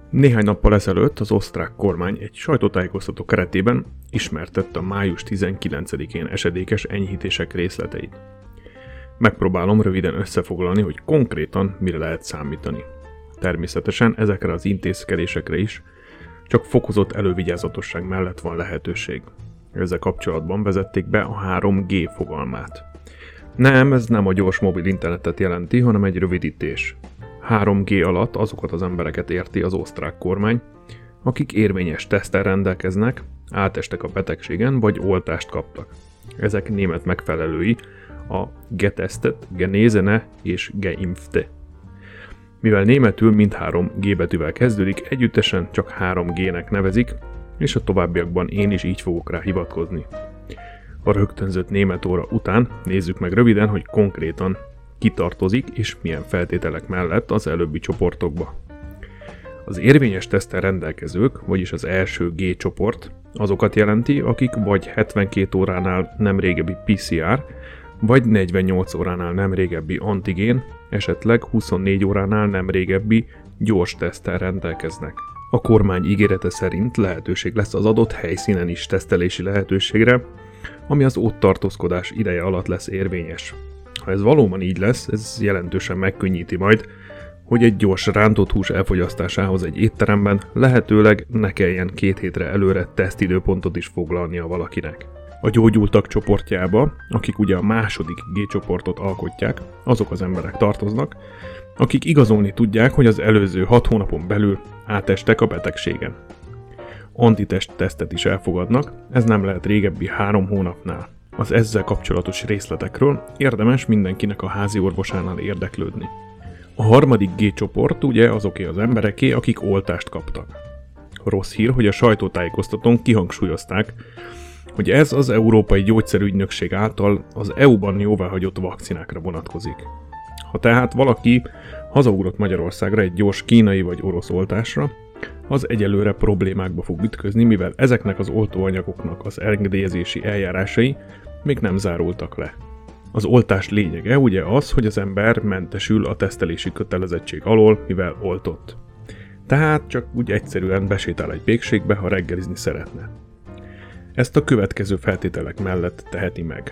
Néhány nappal ezelőtt az osztrák kormány egy sajtótájékoztató keretében ismertette a május 19-én esedékes enyhítések részleteit. Megpróbálom röviden összefoglalni, hogy konkrétan mire lehet számítani. Természetesen ezekre az intézkedésekre is csak fokozott elővigyázatosság mellett van lehetőség. Ezzel kapcsolatban vezették be a 3G fogalmát. Nem, ez nem a gyors mobil internetet jelenti, hanem egy rövidítés. 3G alatt azokat az embereket érti az osztrák kormány, akik érvényes teszttel rendelkeznek, átestek a betegségen vagy oltást kaptak. Ezek német megfelelői a getestet, genesene és geimpfte. Mivel németül mindhárom G betűvel kezdődik, együttesen csak 3G-nek nevezik, és a továbbiakban én is így fogok rá hivatkozni. A rögtönzött német óra után nézzük meg röviden, hogy konkrétan ki tartozik és milyen feltételek mellett az előbbi csoportokba. Az érvényes teszttel rendelkezők, vagyis az első G csoport, azokat jelenti, akik vagy 72 óránál nem régebbi PCR, vagy 48 óránál nem régebbi antigén, esetleg 24 óránál nem régebbi gyors teszttel rendelkeznek. A kormány ígérete szerint lehetőség lesz az adott helyszínen is tesztelési lehetőségre, ami az ott tartózkodás ideje alatt lesz érvényes. Ha ez valóban így lesz, ez jelentősen megkönnyíti majd, hogy egy gyors rántott hús elfogyasztásához egy étteremben lehetőleg ne kelljen 2 hétre előre tesztidőpontot is foglalnia valakinek. A gyógyultak csoportjába, akik ugye a második G csoportot alkotják, azok az emberek tartoznak, akik igazolni tudják, hogy az előző 6 hónapon belül átestek a betegségen. Antitest tesztet is elfogadnak, ez nem lehet régebbi 3 hónapnál. Az ezzel kapcsolatos részletekről érdemes mindenkinek a házi orvosánál érdeklődni. A harmadik G csoport ugye azoké az embereké, akik oltást kaptak. Rossz hír, hogy a sajtótájékoztatón kihangsúlyozták, hogy ez az Európai Gyógyszerügynökség által az EU-ban jóváhagyott vakcinákra vonatkozik. Ha tehát valaki hazaugrott Magyarországra egy gyors kínai vagy orosz oltásra, az egyelőre problémákba fog ütközni, mivel ezeknek az oltóanyagoknak az engedélyezési eljárásai még nem zárultak le. Az oltás lényege ugye az, hogy az ember mentesül a tesztelési kötelezettség alól, mivel oltott. Tehát csak úgy egyszerűen besétál egy pékségbe, ha reggelizni szeretne. Ezt a következő feltételek mellett teheti meg.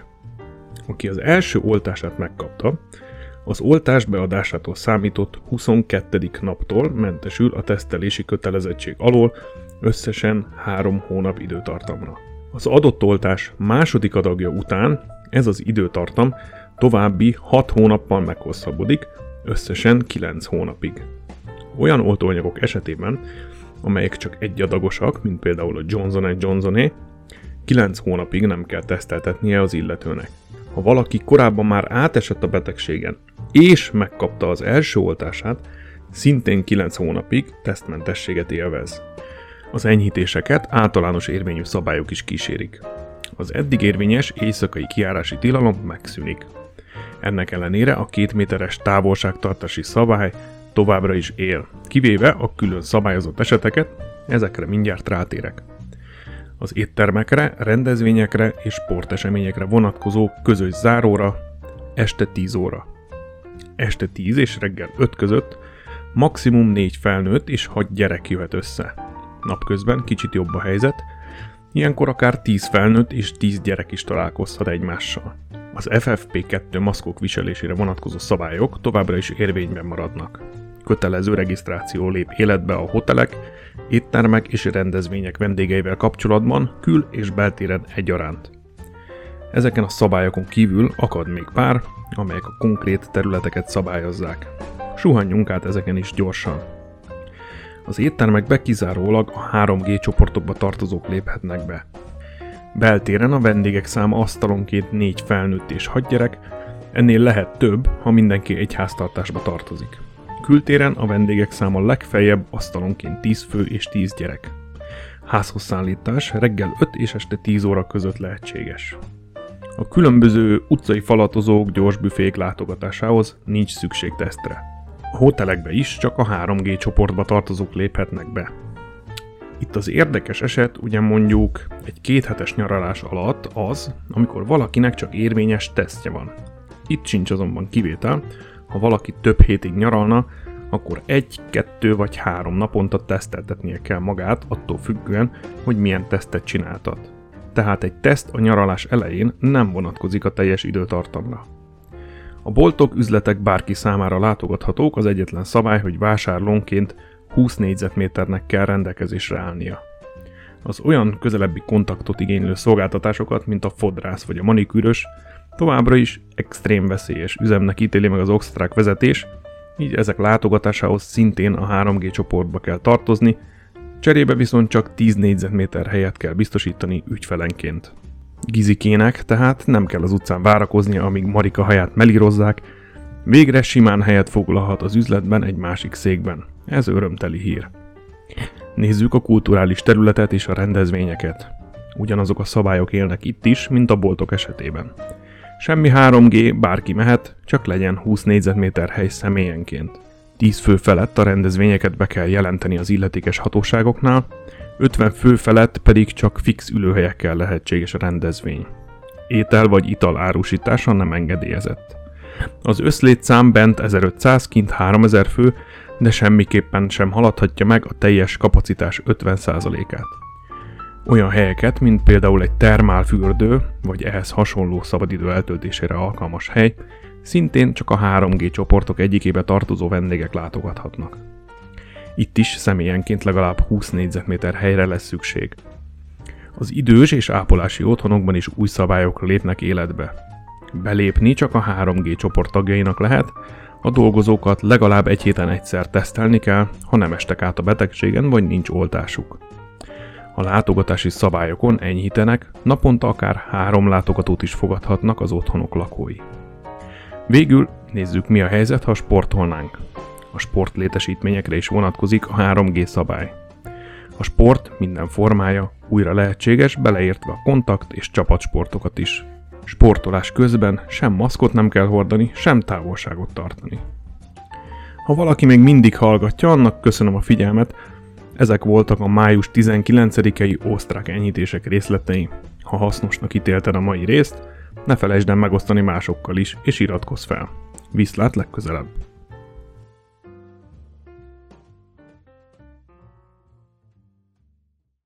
Aki az első oltását megkapta, az oltás beadásától számított 22. naptól mentesül a tesztelési kötelezettség alól összesen 3 hónap időtartamra. Az adott oltás második adagja után ez az időtartam további 6 hónappal meghosszabbodik, összesen 9 hónapig. Olyan oltóanyagok esetében, amelyek csak egyadagosak, mint például a Johnson & Johnson-é, 9 hónapig nem kell teszteltetnie az illetőnek. Ha valaki korábban már átesett a betegségen, és megkapta az első oltását, szintén 9 hónapig tesztmentességet élvez. Az enyhítéseket általános érvényű szabályok is kísérik. Az eddig érvényes éjszakai kijárási tilalom megszűnik. Ennek ellenére a 2 méteres távolságtartási szabály továbbra is él, kivéve a külön szabályozott eseteket, ezekre mindjárt rátérek. Az éttermekre, rendezvényekre és sporteseményekre vonatkozó közös záróra este 10 óra. Este 10 és reggel 5 között maximum 4 felnőtt és 6 gyerek jöhet össze. Napközben kicsit jobb a helyzet, ilyenkor akár 10 felnőtt és 10 gyerek is találkozhat egymással. Az FFP2 maszkok viselésére vonatkozó szabályok továbbra is érvényben maradnak. Kötelező regisztráció lép életbe a hotelek, éttermek és rendezvények vendégeivel kapcsolatban kül- és beltéren egyaránt. Ezeken a szabályokon kívül akad még pár, amelyek a konkrét területeket szabályozzák. Suhanjunk át ezeken is gyorsan. Az éttermekbe kizárólag a 3G csoportokba tartozók léphetnek be. Beltéren a vendégek száma asztalonként 4 felnőtt és 6 gyerek, ennél lehet több, ha mindenki egy háztartásba tartozik. Kültéren a vendégek száma legfeljebb asztalonként 10 fő és 10 gyerek. Házhoz szállítás reggel 5 és este 10 óra között lehetséges. A különböző utcai falatozók, gyors büfék látogatásához nincs szükség tesztre. A hotelekbe is csak a 3G csoportba tartozók léphetnek be. Itt az érdekes eset ugye mondjuk egy 2 hetes nyaralás alatt az, amikor valakinek csak érvényes tesztje van. Itt sincs azonban kivétel, ha valaki több hétig nyaralna, akkor 1, 2 vagy 3 naponta teszteltetnie kell magát, attól függően, hogy milyen tesztet csináltat. Tehát egy teszt a nyaralás elején nem vonatkozik a teljes időtartamra. A boltok, üzletek bárki számára látogathatók, az egyetlen szabály, hogy vásárlónként 20 négyzetméternek kell rendelkezésre állnia. Az olyan közelebbi kontaktot igénylő szolgáltatásokat, mint a fodrász vagy a manikűrös, továbbra is extrém veszélyes üzemnek ítéli meg az osztrák vezetés, így ezek látogatásához szintén a 3G csoportba kell tartozni, cserébe viszont csak 10 négyzetméter helyet kell biztosítani ügyfelenként. Gizikének tehát nem kell az utcán várakoznia, amíg Marika haját melírozzák, végre simán helyet foglalhat az üzletben egy másik székben. Ez örömteli hír. Nézzük a kulturális területet és a rendezvényeket. Ugyanazok a szabályok élnek itt is, mint a boltok esetében. Semmi 3G, bárki mehet, csak legyen 20 négyzetméter hely személyenként. 10 fő felett a rendezvényeket be kell jelenteni az illetékes hatóságoknál, 50 fő felett pedig csak fix ülőhelyekkel lehetséges a rendezvény. Étel vagy ital árusítása nem engedélyezett. Az összlétszám bent 1500, kint 3000 fő, de semmiképpen sem haladhatja meg a teljes kapacitás 50%-át. Olyan helyeket, mint például egy termálfürdő, vagy ehhez hasonló szabadidő eltöltésére alkalmas hely, szintén csak a 3G csoportok egyikébe tartozó vendégek látogathatnak. Itt is személyenként legalább 20 négyzetméter helyre lesz szükség. Az idős és ápolási otthonokban is új szabályok lépnek életbe. Belépni csak a 3G csoport tagjainak lehet, a dolgozókat legalább egy héten egyszer tesztelni kell, ha nem estek át a betegségen vagy nincs oltásuk. A látogatási szabályokon enyhítenek, naponta akár 3 látogatót is fogadhatnak az otthonok lakói. Végül nézzük, mi a helyzet, ha sportolnánk. A sportlétesítményekre is vonatkozik a 3G szabály. A sport minden formája újra lehetséges, beleértve a kontakt és csapatsportokat is. Sportolás közben sem maszkot nem kell hordani, sem távolságot tartani. Ha valaki még mindig hallgatja, annak köszönöm a figyelmet. Ezek voltak a május 19-i osztrák enyhítések részletei. Ha hasznosnak ítélted a mai részt, ne felejtsd el megosztani másokkal is, és iratkozz fel. Viszlát legközelebb!